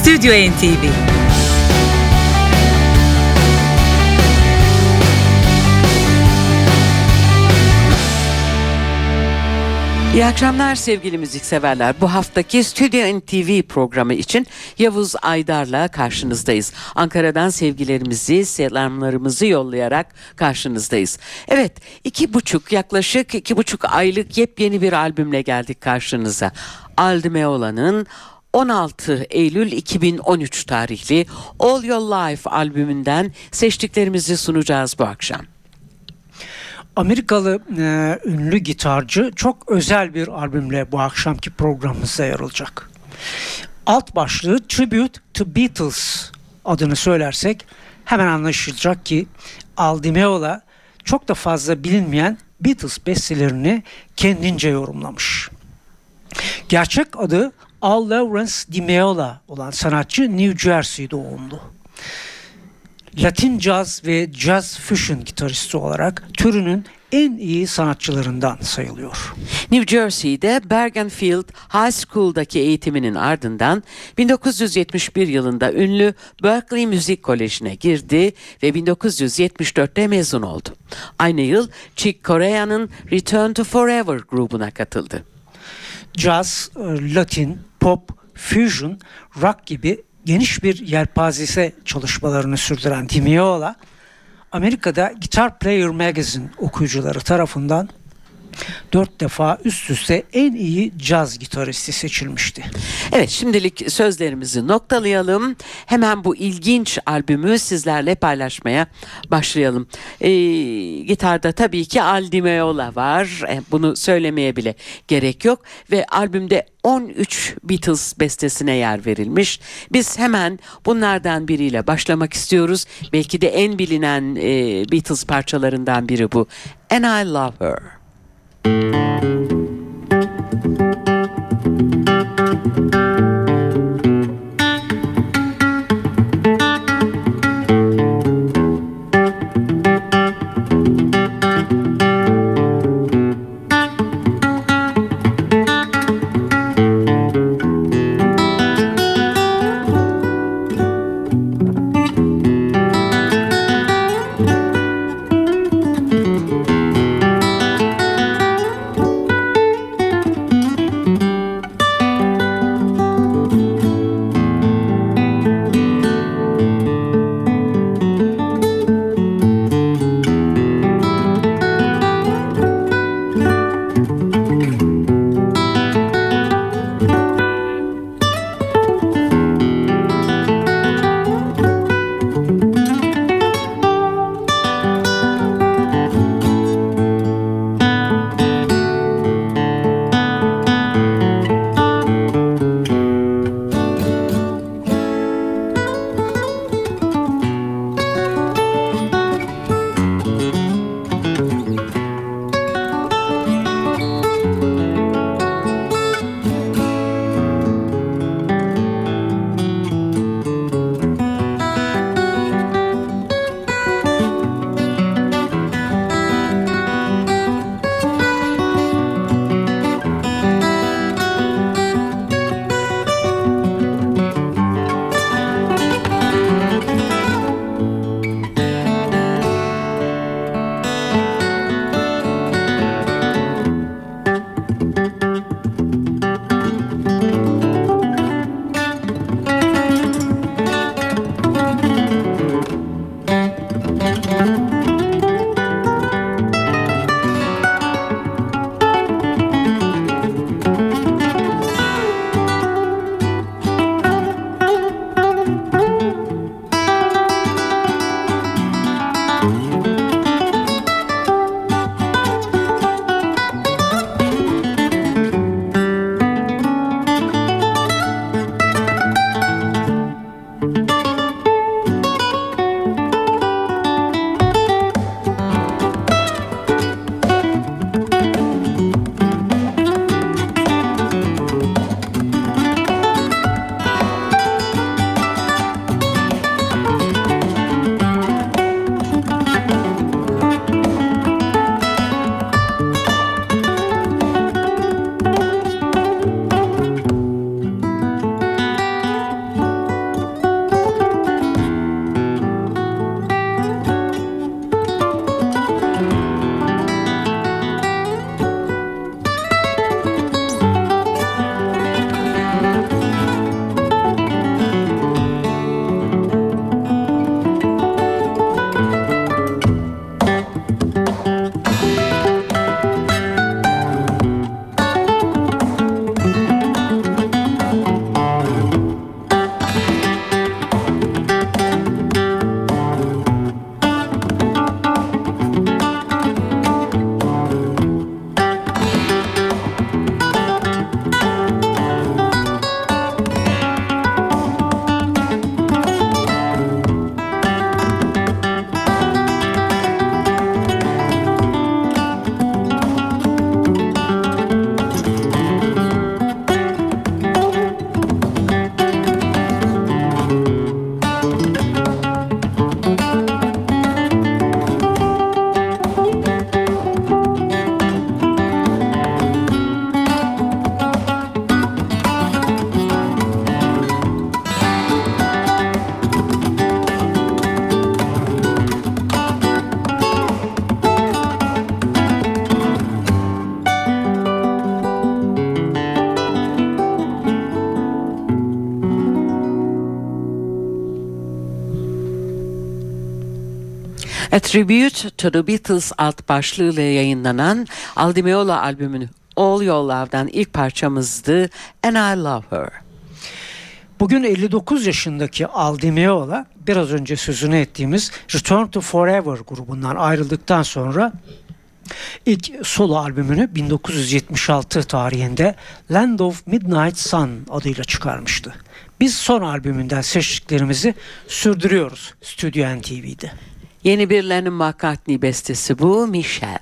Stüdyo NTV. İyi akşamlar sevgili müzikseverler. Bu haftaki Stüdyo NTV programı için Yavuz Aydar'la karşınızdayız. Ankara'dan sevgilerimizi, selamlarımızı yollayarak karşınızdayız. Evet, yaklaşık 2,5 aylık yepyeni bir albümle geldik karşınıza. Al Di Meola'nın 16 Eylül 2013 tarihli All Your Life albümünden seçtiklerimizi sunacağız bu akşam. Amerikalı ünlü gitarcı çok özel bir albümle bu akşamki programımızda yer alacak. Alt başlığı Tribute to Beatles adını söylersek hemen anlaşılacak ki Al Di Meola çok da fazla bilinmeyen Beatles bestelerini kendince yorumlamış. Gerçek adı Al Lawrence Di Meola olan sanatçı New Jersey doğumlu. Latin caz ve jazz fusion gitaristi olarak türünün en iyi sanatçılarından sayılıyor. New Jersey'de Bergenfield High School'daki eğitiminin ardından 1971 yılında ünlü Berklee Müzik Koleji'ne girdi ve 1974'te mezun oldu. Aynı yıl Chick Corea'nın Return to Forever grubuna katıldı. Jazz, Latin, pop, fusion, rock gibi geniş bir yelpazesi çalışmalarını sürdüren Di Meola, Amerika'da Guitar Player Magazine okuyucuları tarafından 4 defa üst üste en iyi caz gitaristi seçilmişti. Evet, şimdilik sözlerimizi noktalayalım. Hemen bu ilginç albümü sizlerle paylaşmaya başlayalım. Gitarda tabii ki Al Di Meola var. Bunu söylemeye bile gerek yok. Ve albümde 13 Beatles bestesine yer verilmiş. Biz hemen bunlardan biriyle başlamak istiyoruz. Belki de en bilinen Beatles parçalarından biri bu. And I Love Her. A Tribute to the Beatles alt başlığıyla yayınlanan Al Di Meola albümünün All Your Love'dan ilk parçamızdı And I Love Her. Bugün 59 yaşındaki Al Di Meola biraz önce sözünü ettiğimiz Return to Forever grubundan ayrıldıktan sonra ilk solo albümünü 1976 tarihinde Land of Midnight Sun adıyla çıkarmıştı. Biz son albümünden seçtiklerimizi sürdürüyoruz Stüdyo NTV'de. Yeni bir Lennon McCartney bestesi bu, Michelle.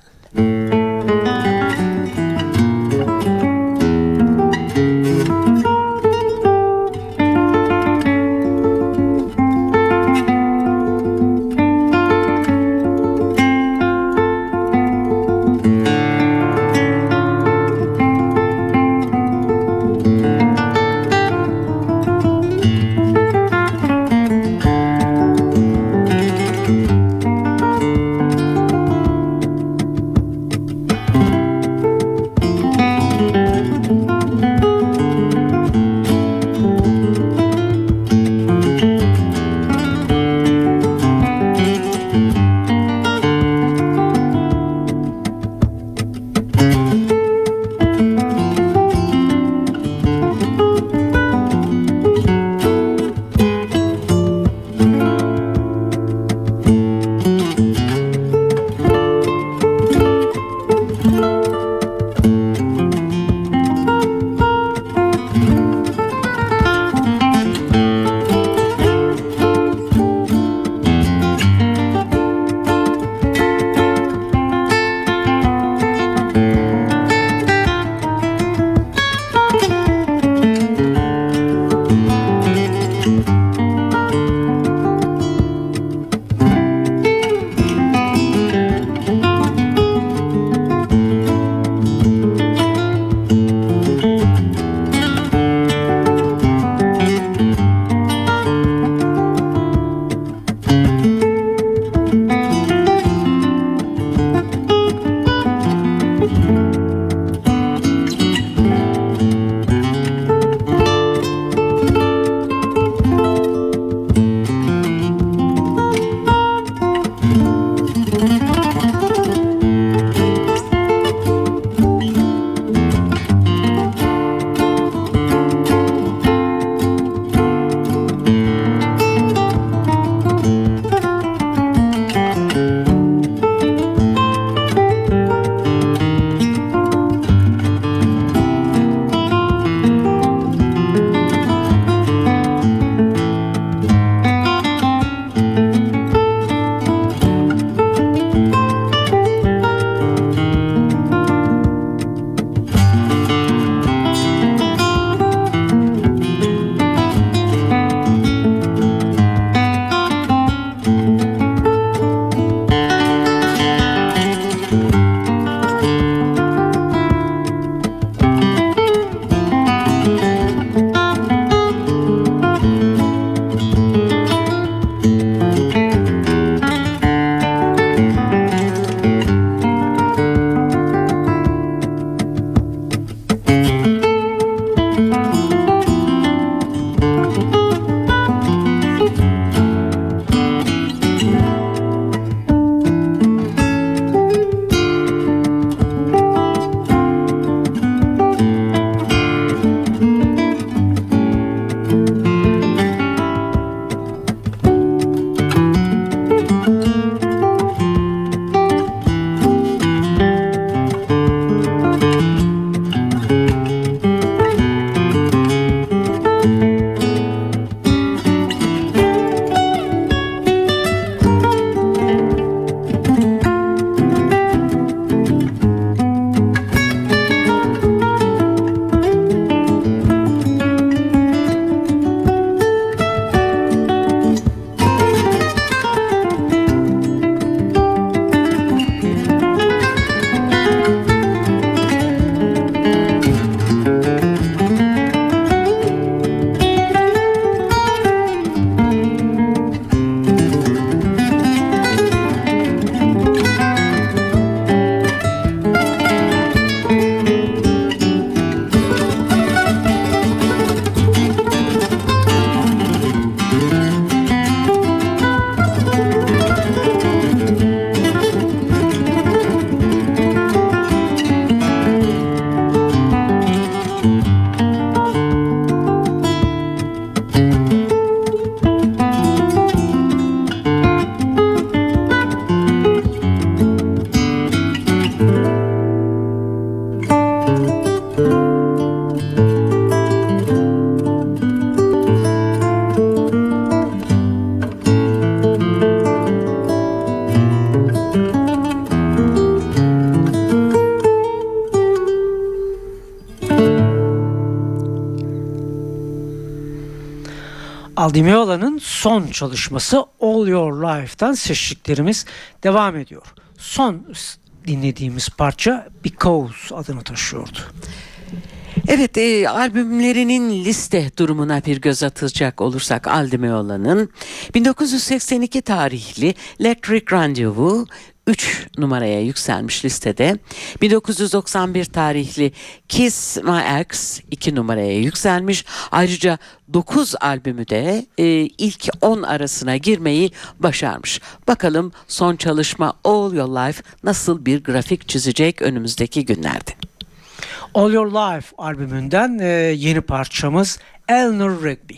Al Di Meolo'nun son çalışması All Your Life'tan seçtiklerimiz devam ediyor. Son dinlediğimiz parça Because adını taşıyordu. Evet, albümlerinin liste durumuna bir göz atacak olursak Al Di Meolo'nun 1982 tarihli Electric Rendezvous 3 numaraya yükselmiş listede. 1991 tarihli Kiss My Ex 2 numaraya yükselmiş. Ayrıca 9 albümü de ilk 10 arasına girmeyi başarmış. Bakalım son çalışma All Your Life nasıl bir grafik çizecek önümüzdeki günlerde. All Your Life albümünden yeni parçamız Eleanor Rigby.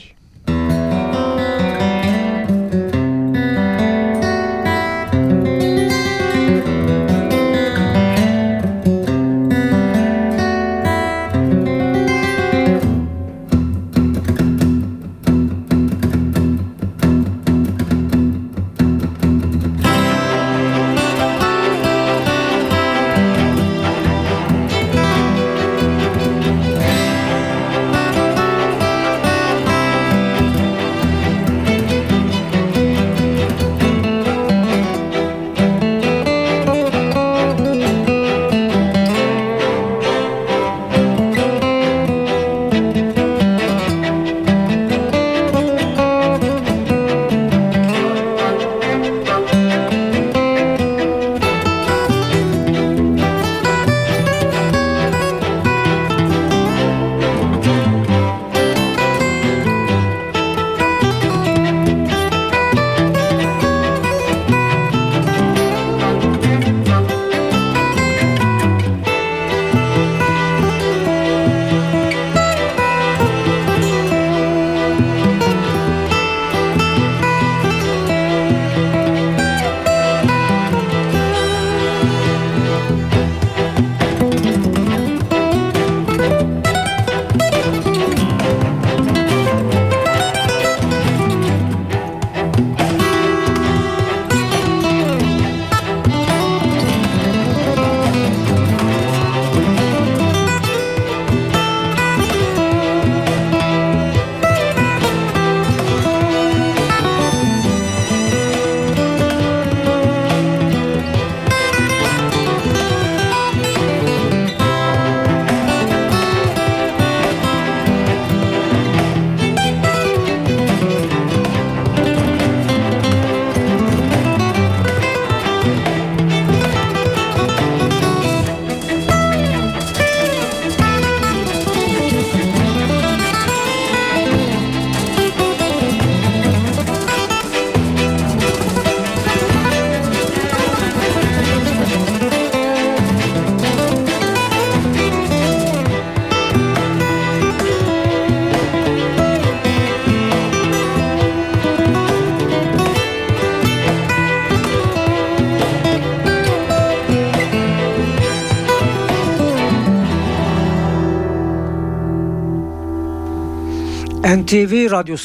NTV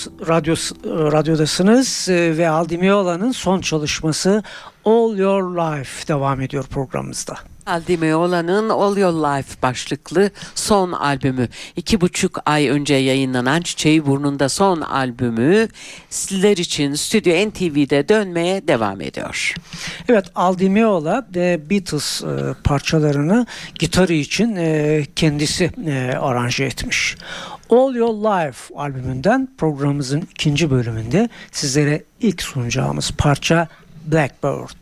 radyodasınız ve Al Di Meolo'nun son çalışması All Your Life devam ediyor programımızda. Al Di Meolo'nun All Your Life başlıklı son albümü 2,5 ay önce yayınlanan Çiçeği Burnunda son albümü sizler için Stüdyo NTV'de dönmeye devam ediyor. Evet, Al Di Meolo Beatles parçalarını gitarı için kendisi aranje etmiş. All Your Life albümünden programımızın ikinci bölümünde sizlere ilk sunacağımız parça Blackbird.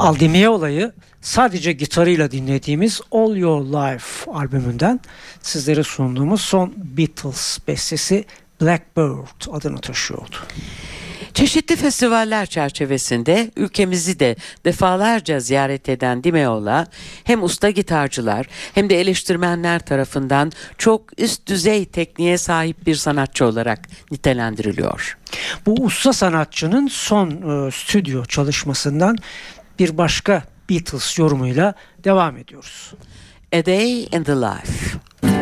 Aldimeola'yı sadece gitarıyla dinlediğimiz All Your Life albümünden sizlere sunduğumuz son Beatles bestesi Blackbird adını taşıyordu. Çeşitli festivaller çerçevesinde ülkemizi de defalarca ziyaret eden Di Meola hem usta gitarcılar hem de eleştirmenler tarafından çok üst düzey tekniğe sahip bir sanatçı olarak nitelendiriliyor. Bu usta sanatçının son stüdyo çalışmasından bir başka Beatles yorumuyla devam ediyoruz. A Day in the Life.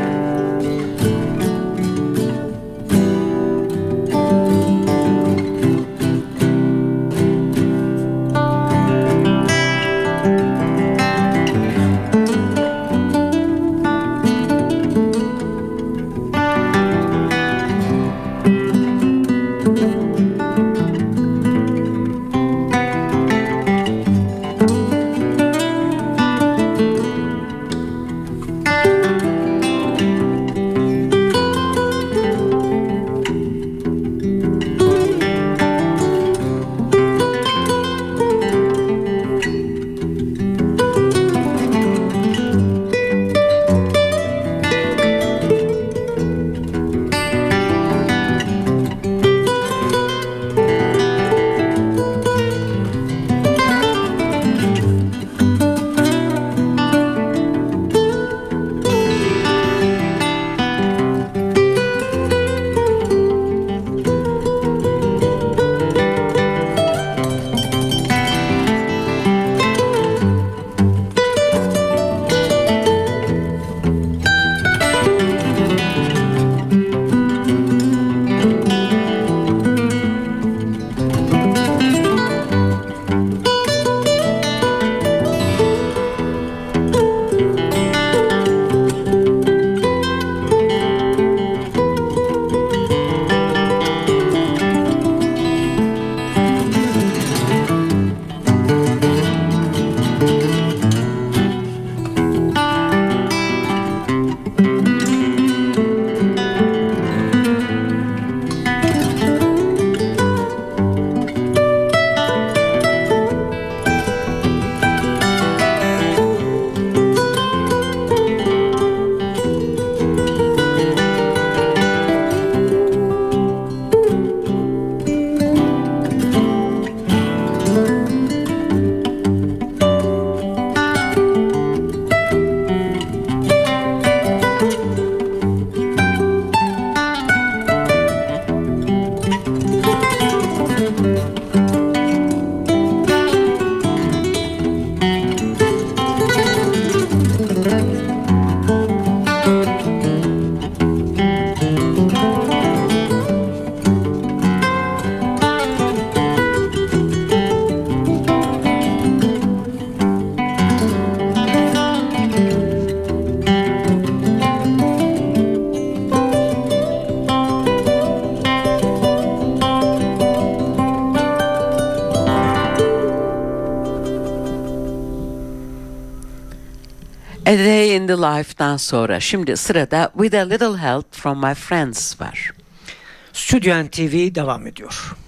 A Day in the Life'dan sonra şimdi sırada With a Little Help from My Friends var. Stüdyo NTV devam ediyor.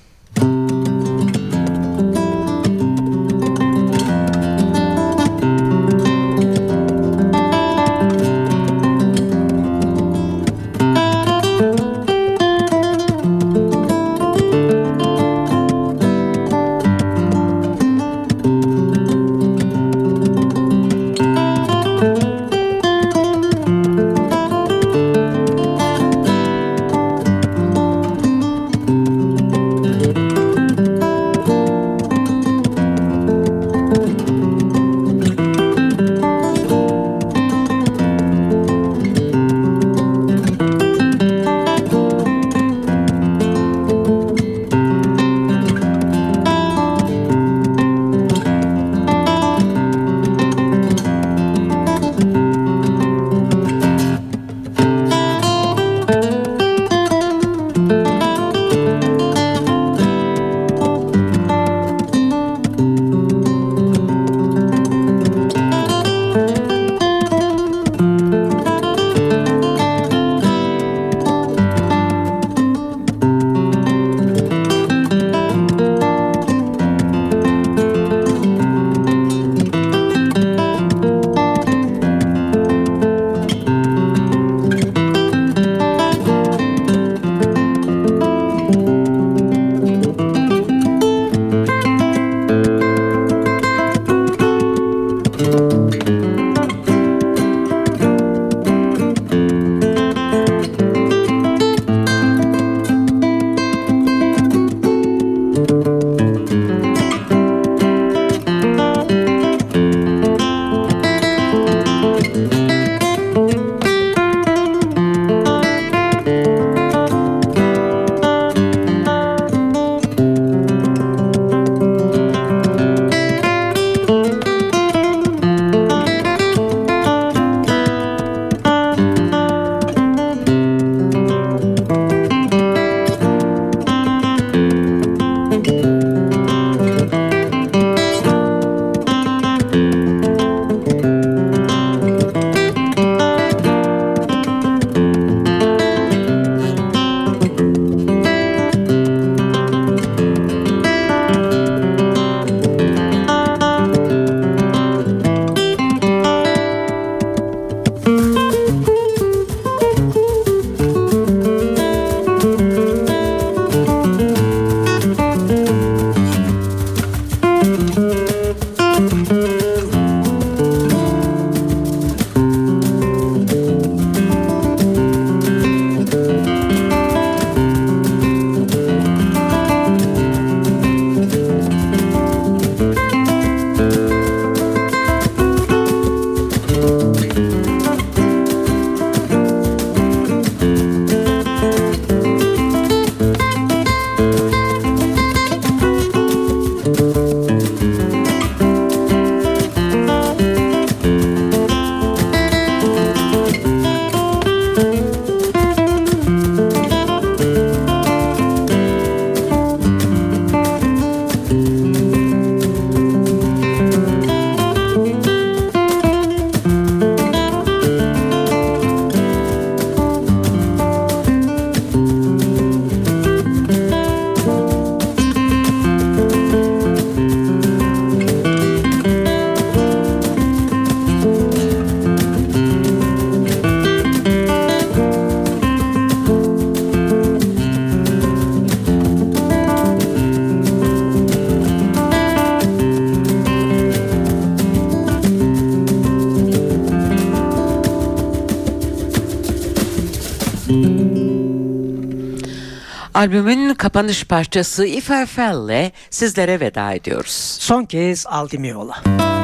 Albümün kapanış parçası If I Fell'le sizlere veda ediyoruz. Son kez Al Di Meola.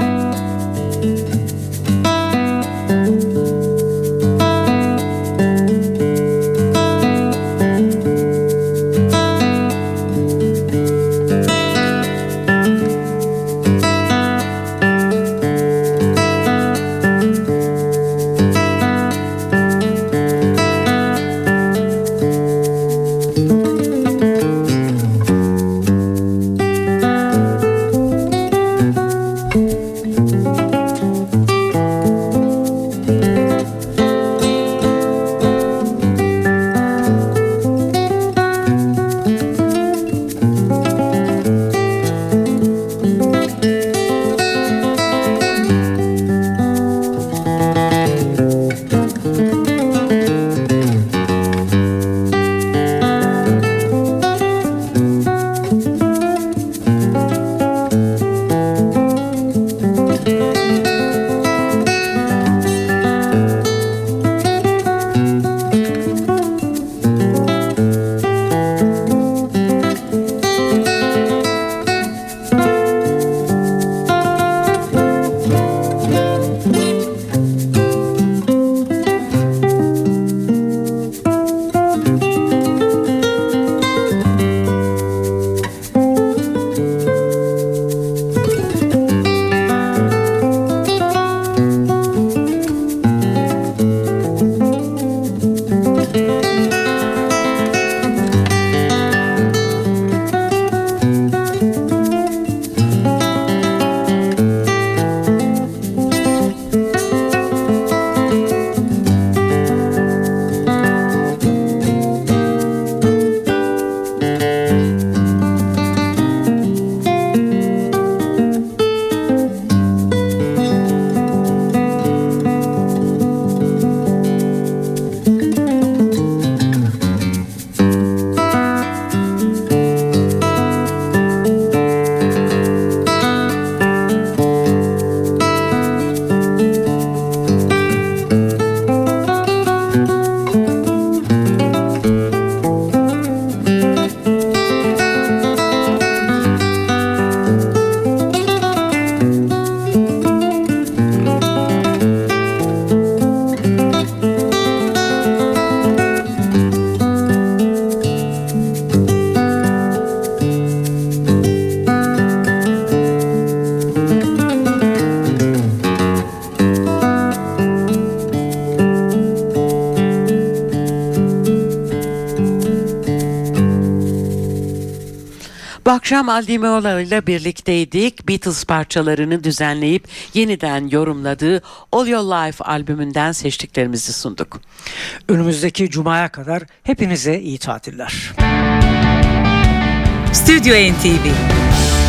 Bu akşam Al Di Meola ile birlikteydik. Beatles parçalarını düzenleyip yeniden yorumladığı All Your Life albümünden seçtiklerimizi sunduk. Önümüzdeki Cuma'ya kadar hepinize iyi tatiller. Stüdyo NTV